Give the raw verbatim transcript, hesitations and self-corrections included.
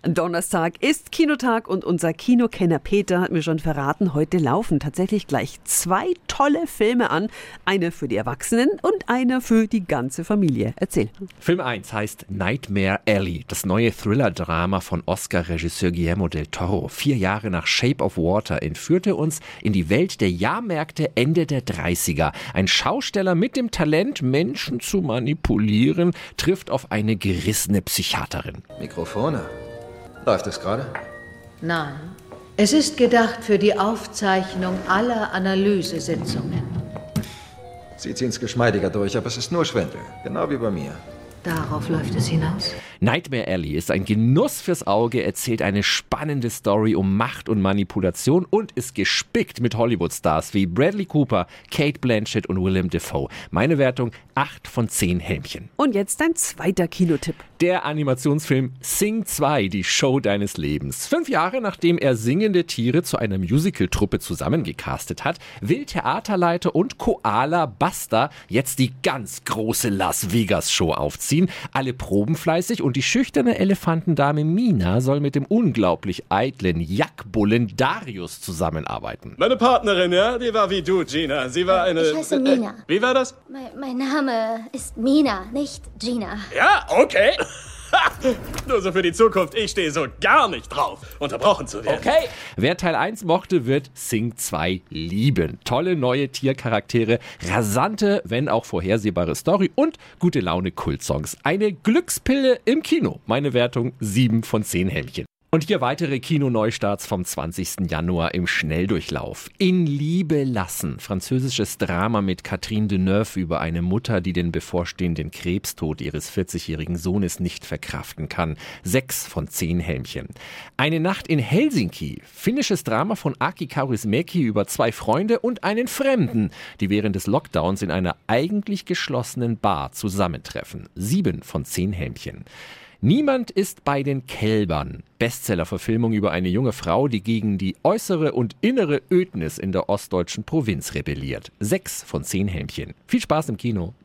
Donnerstag ist Kinotag und unser Kinokenner Peter hat mir schon verraten, heute laufen tatsächlich gleich zwei tolle Filme an. Einer für die Erwachsenen und einer für die ganze Familie. Erzähl. Film eins heißt Nightmare Alley, das neue Thriller-Drama von Oscar-Regisseur Guillermo del Toro. Vier Jahre nach Shape of Water entführte uns in die Welt der Jahrmärkte Ende der dreißiger. Ein Schausteller mit dem Talent, Menschen zu manipulieren, trifft auf eine gerissene Psychiaterin. Mikrofone. Läuft es gerade? Nein. Es ist gedacht für die Aufzeichnung aller Analysesitzungen. Sie ziehen es geschmeidiger durch, aber es ist nur Schwindel. Genau wie bei mir. Darauf läuft es hinaus. Nightmare Alley ist ein Genuss fürs Auge, erzählt eine spannende Story um Macht und Manipulation und ist gespickt mit Hollywood-Stars wie Bradley Cooper, Cate Blanchett und Willem Dafoe. Meine Wertung acht von zehn Helmchen. Und jetzt dein zweiter Kinotipp. Der Animationsfilm Sing zwei, die Show deines Lebens. Fünf Jahre nachdem er singende Tiere zu einer Musical-Truppe zusammengecastet hat, will Theaterleiter und Koala Buster jetzt die ganz große Las Vegas-Show aufziehen. Alle proben fleißig und die schüchterne Elefantendame Mina soll mit dem unglaublich eitlen Jackbullen Darius zusammenarbeiten. Meine Partnerin, ja, die war wie du, Gina. Sie war eine... Ich heiße Mina. Äh, wie war das? Mein, mein Name ist Mina, nicht Gina. Ja, okay. Nur so für die Zukunft, ich stehe so gar nicht drauf, unterbrochen zu werden. Okay. Wer Teil eins mochte, wird Sing zwei lieben. Tolle neue Tiercharaktere, rasante, wenn auch vorhersehbare Story und gute Laune Kultsongs. Eine Glückspille im Kino. Meine Wertung sieben von zehn Helmchen. Und hier weitere Kinoneustarts vom zwanzigsten Januar im Schnelldurchlauf. In Liebe lassen. Französisches Drama mit Catherine Deneuve über eine Mutter, die den bevorstehenden Krebstod ihres vierzigjährigen Sohnes nicht verkraften kann. Sechs von zehn Helmchen. Eine Nacht in Helsinki. Finnisches Drama von Aki Kaurismäki über zwei Freunde und einen Fremden, die während des Lockdowns in einer eigentlich geschlossenen Bar zusammentreffen. Sieben von zehn Helmchen. Niemand ist bei den Kälbern. Bestseller-Verfilmung über eine junge Frau, die gegen die äußere und innere Ödnis in der ostdeutschen Provinz rebelliert. Sechs von zehn Helmchen. Viel Spaß im Kino.